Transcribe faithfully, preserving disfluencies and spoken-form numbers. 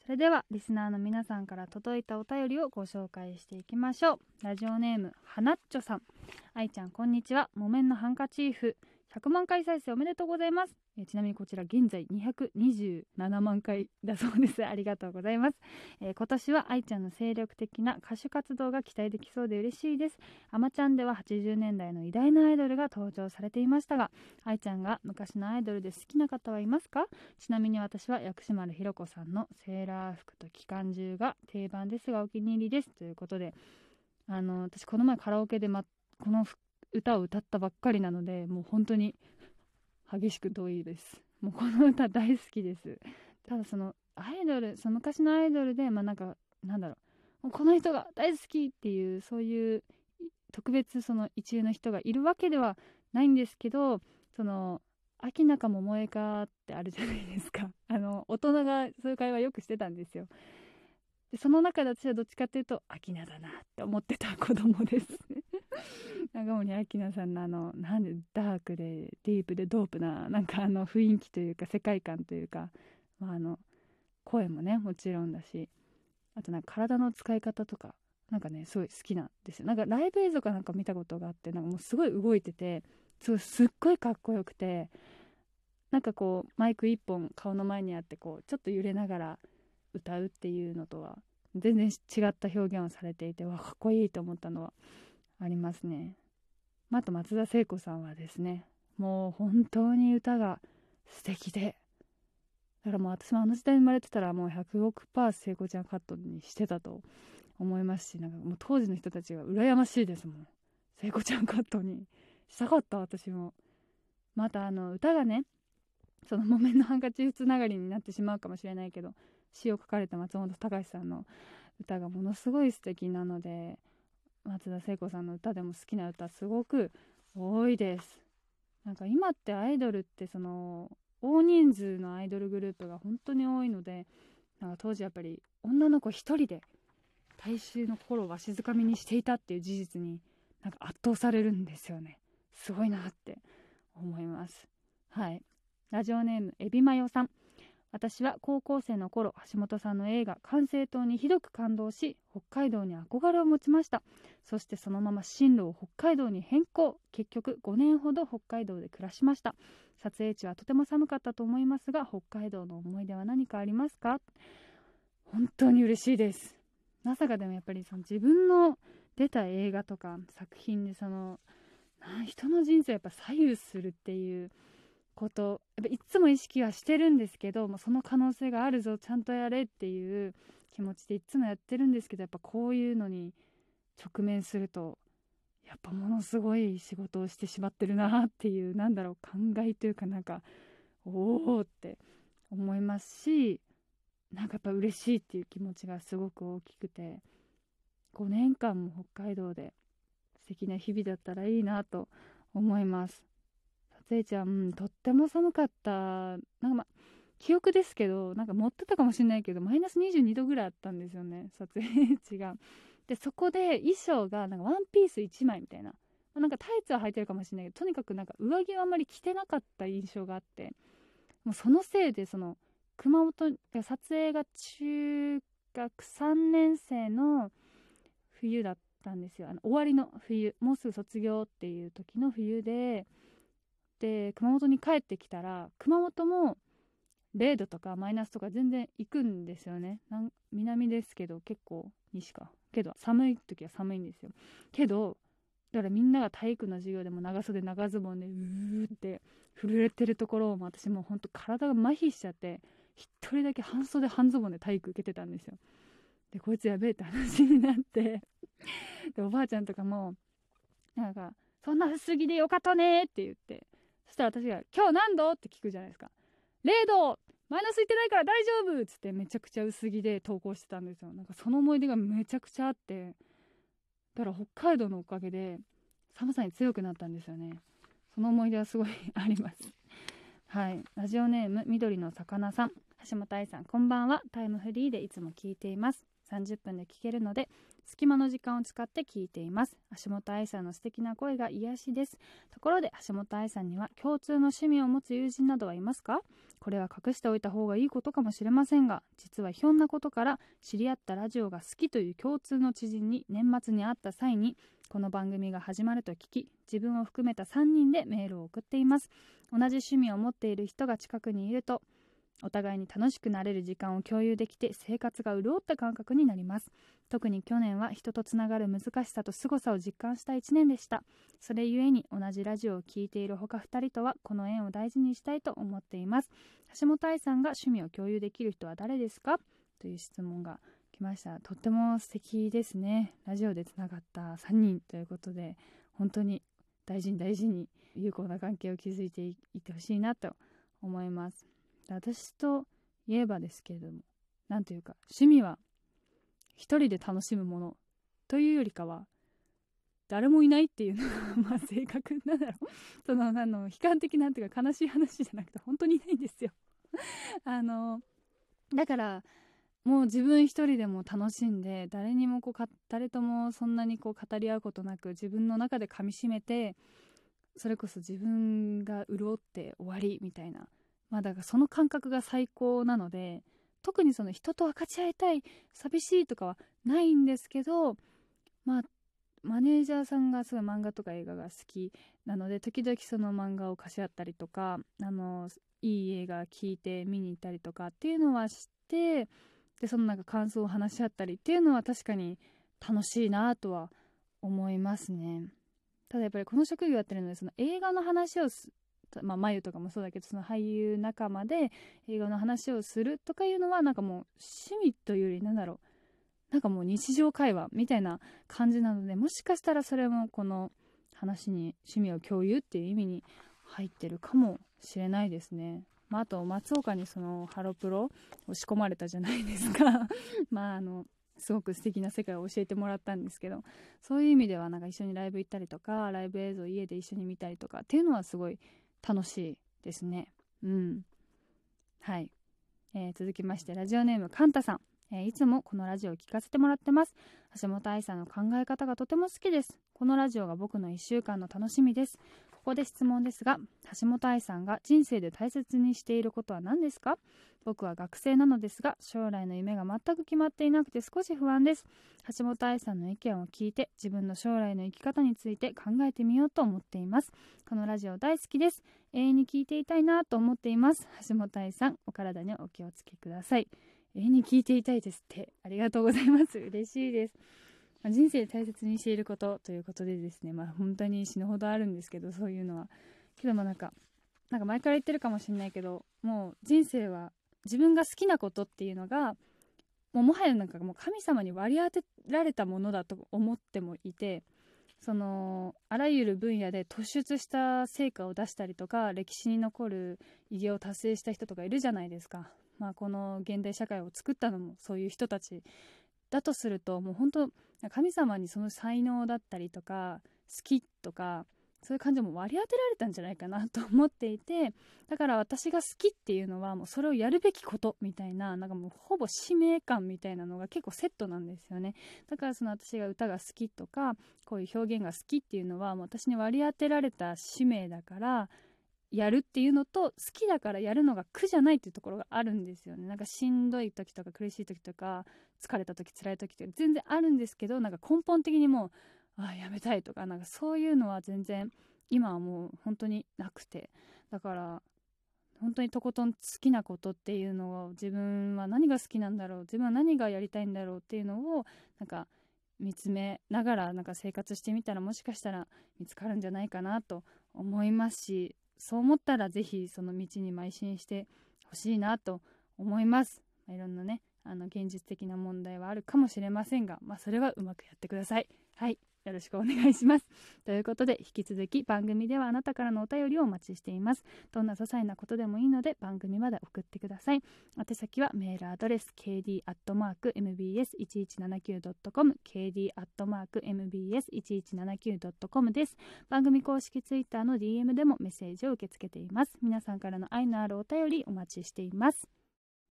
それではリスナーの皆さんから届いたお便りをご紹介していきましょう。ラジオネームはなっちょさん。愛ちゃんこんにちは。木綿のハンカチーフひゃくまんかい再生おめでとうございます。えちなみにこちら現在にひゃくにじゅうななまんかいだそうです。ありがとうございます。えー、今年は愛ちゃんの精力的な歌手活動が期待できそうで嬉しいです。あまちゃんでははちじゅうねんだいの偉大なアイドルが登場されていましたが、愛ちゃんが昔のアイドルで好きな方はいますか？ちなみに私は薬師丸ひろ子さんのセーラー服と機関銃が定番ですがお気に入りですということで、あの私この前カラオケで、ま、この歌を歌ったばっかりなので、もう本当に激しく同意です。もうこの歌大好きです。ただそのアイドル、その昔のアイドルで、まあなんかなんだろう、もうこの人が大好きっていうそういう特別その一流の人がいるわけではないんですけど、その秋中桃江かってあるじゃないですか。あの大人がそういう会話よくしてたんですよ。でその中で私はどっちかっていうと秋菜だなって思ってた子供です長森明菜さんのあのなんでダークでディープでドープななんかあの雰囲気というか世界観というか、まあ、あの声もねもちろんだし、あとなんか体の使い方とかなんかねすごい好きなんですよ。なんかライブ映像かなんか見たことがあって、なんかもうすごい動いててすごいすっごいかっこよくて、なんかこうマイク一本顔の前にあってこうちょっと揺れながら歌うっていうのとは全然違った表現をされていて、わかっこいいと思ったのはありますね。あと松田聖子さんはですね、もう本当に歌が素敵で、だからもう私もあの時代に生まれてたらもうひゃくおくパー聖子ちゃんカットにしてたと思いますし、なんかもう当時の人たちが羨ましいですもん。聖子ちゃんカットにしたかった私も。またあの歌がね、その木綿のハンカチーフつながりになってしまうかもしれないけど、詩を書かれた松本隆さんの歌がものすごい素敵なので、松田聖子さんの歌でも好きな歌すごく多いです。なんか今ってアイドルってその大人数のアイドルグループが本当に多いので、なんか当時やっぱり女の子一人で大衆の心をわしづかみにしていたっていう事実になんか圧倒されるんですよね。すごいなって思います。はい。ラジオネームエビマヨさん。私は高校生の頃、橋本さんの映画管制塔にひどく感動し、北海道に憧れを持ちました。そしてそのまま進路を北海道に変更。結局ごねんほど北海道で暮らしました。撮影地はとても寒かったと思いますが、北海道の思い出は何かありますか？本当に嬉しいです。まさかでもやっぱりその自分の出た映画とか作品でその人の人生をやっぱ左右するっていうことやっぱいつも意識はしてるんですけど、もうその可能性があるぞちゃんとやれっていう気持ちでいつもやってるんですけど、やっぱこういうのに直面するとやっぱものすごい仕事をしてしまってるなっていう、なんだろう、感慨というか、なんかおおって思いますし、なんかやっぱ嬉しいっていう気持ちがすごく大きくて、ごねんかんも北海道で素敵な日々だったらいいなと思います。撮影地は、うん、とっても寒かった。なんか、ま、記憶ですけど、なんか持ってたかもしれないけどマイナスにじゅうにどぐらいあったんですよね、撮影地が。でそこで衣装がなんかワンピースいちまいみたいな、なんかタイツは履いてるかもしれないけど、とにかくなんか上着はあんまり着てなかった印象があって、もうそのせいでその熊本撮影が中学さんねん生の冬だったんですよ。あの終わりの冬、もうすぐ卒業っていう時の冬で、で熊本に帰ってきたら、熊本もれいどとかマイナスとか全然行くんですよね。なん南ですけど結構西かけど寒い時は寒いんですよ。けどだからみんなが体育の授業でも長袖長ズボンでうーって震えてるところを、私もうほんと体が麻痺しちゃって、一人だけ半袖半ズボンで体育受けてたんですよ。でこいつやべえって話になってでおばあちゃんとかもなんかそんな薄着でよかったねって言って、そしたら私が今日何度って聞くじゃないですか。れいどマイナスいってないから大丈夫っつってめちゃくちゃ薄着で投稿してたんですよ。なんかその思い出がめちゃくちゃあって、だから北海道のおかげで寒さに強くなったんですよね。その思い出はすごいあります。はい。ラジオネーム緑の魚さん。橋本愛さんこんばんは。タイムフリーでいつも聞いています。 さんじゅっぷんで聞けるので、隙間の時間を使って聞いています。橋本愛さんの素敵な声が癒しです。ところで橋本愛さんには共通の趣味を持つ友人などはいますか？これは隠しておいた方がいいことかもしれませんが、実はひょんなことから知り合ったラジオが好きという共通の知人に年末に会った際に、この番組が始まると聞き、自分を含めたさんにんでメールを送っています。同じ趣味を持っている人が近くにいると、お互いに楽しくなれる時間を共有できて、生活が潤った感覚になります。特に去年は人とつながる難しさと凄さを実感したいちねんでした。それゆえに同じラジオを聴いている他ふたりとはこの縁を大事にしたいと思っています。橋本愛さんが趣味を共有できる人は誰ですか？という質問が来ました。とっても素敵ですね。ラジオでつながったさんにんということで、本当に大事に大事に有効な関係を築いていってほしいなと思います。私といえばですけれども、なんというか趣味は一人で楽しむものというよりかは、誰もいないっていうのがまあ正確なんだろうそのあの悲観的なんていうか悲しい話じゃなくて本当にいないんですよあのだからもう自分一人でも楽しんで、誰にもこうか誰ともそんなにこう語り合うことなく、自分の中で噛み締めて、それこそ自分が潤って終わりみたいな、まあだからその感覚が最高なので、特にその人と分かち合いたい、寂しいとかはないんですけど、まあマネージャーさんがすごい漫画とか映画が好きなので、時々その漫画を貸し合ったりとか、あのいい映画聞いて見に行ったりとかっていうのはして、でそのなんか感想を話し合ったりっていうのは確かに楽しいなとは思いますね。ただやっぱりこの職業やってるので、その映画の話をすまあ眉とかもそうだけど、その俳優仲間で映画の話をするとかいうのはなんかもう趣味というよりなんだろう、なんかもう日常会話みたいな感じなので、もしかしたらそれもこの話に趣味を共有っていう意味に入ってるかもしれないですね。まあ、あと松岡にそのハロプロを仕込まれたじゃないですかまああのすごく素敵な世界を教えてもらったんですけど、そういう意味ではなんか一緒にライブ行ったりとか、ライブ映像を家で一緒に見たりとかっていうのはすごい楽しいですね。うんはい、えー、続きましてラジオネームカンタさん、えー、いつもこのラジオを聞かせてもらってます。橋本愛さんの考え方がとても好きです。このラジオが僕のいっしゅうかんの楽しみです。ここで質問ですが、橋本愛さんが人生で大切にしていることは何ですか？僕は学生なのですが、将来の夢が全く決まっていなくて少し不安です。橋本愛さんの意見を聞いて、自分の将来の生き方について考えてみようと思っています。このラジオ大好きです。永遠に聞いていたいなと思っています。橋本愛さん、お体にお気をつけください。永遠に聞いていたいですって、ありがとうございます。嬉しいです。まあ、人生で大切にしていることということでですね、まあ本当に死ぬほどあるんですけど、そういうのはけどもなんかなんか前から言ってるかもしれないけど、もう人生は自分が好きなことっていうのがもうもはやなんかもう神様に割り当てられたものだと思ってもいて、そのあらゆる分野で突出した成果を出したりとか、歴史に残る偉業を達成した人とかいるじゃないですか。まあこの現代社会を作ったのもそういう人たちだとすると、もう本当神様にその才能だったりとか好きとかそういう感情も割り当てられたんじゃないかなと思っていて、だから私が好きっていうのはもうそれをやるべきことみたいな、なんかもうほぼ使命感みたいなのが結構セットなんですよね。だからその私が歌が好きとかこういう表現が好きっていうのはもう私に割り当てられた使命だからやるっていうのと、好きだからやるのが苦じゃないっていうところがあるんですよね。なんかしんどい時とか苦しい時とか疲れた時辛い時って全然あるんですけど、なんか根本的にもうあやめたいとか、なんかそういうのは全然今はもう本当になくて、だから本当にとことん好きなことっていうのを、自分は何が好きなんだろう、自分は何がやりたいんだろうっていうのをなんか見つめながらなんか生活してみたら、もしかしたら見つかるんじゃないかなと思いますし、そう思ったらぜひその道に邁進してほしいなと思います。いろんなねあの現実的な問題はあるかもしれませんが、まあ、それはうまくやってください。はい、よろしくお願いします。ということで引き続き番組ではあなたからのお便りをお待ちしています。どんな些細なことでもいいので番組まで送ってください。宛先はメールアドレス ケーディー アットマーク エムビーエスいちいちななきゅう ドットコム ケーディー アットマーク エムビーエスいちいちななきゅう ドットコム です。番組公式ツイッターの ディーエム でもメッセージを受け付けています。皆さんからの愛のあるお便りお待ちしています。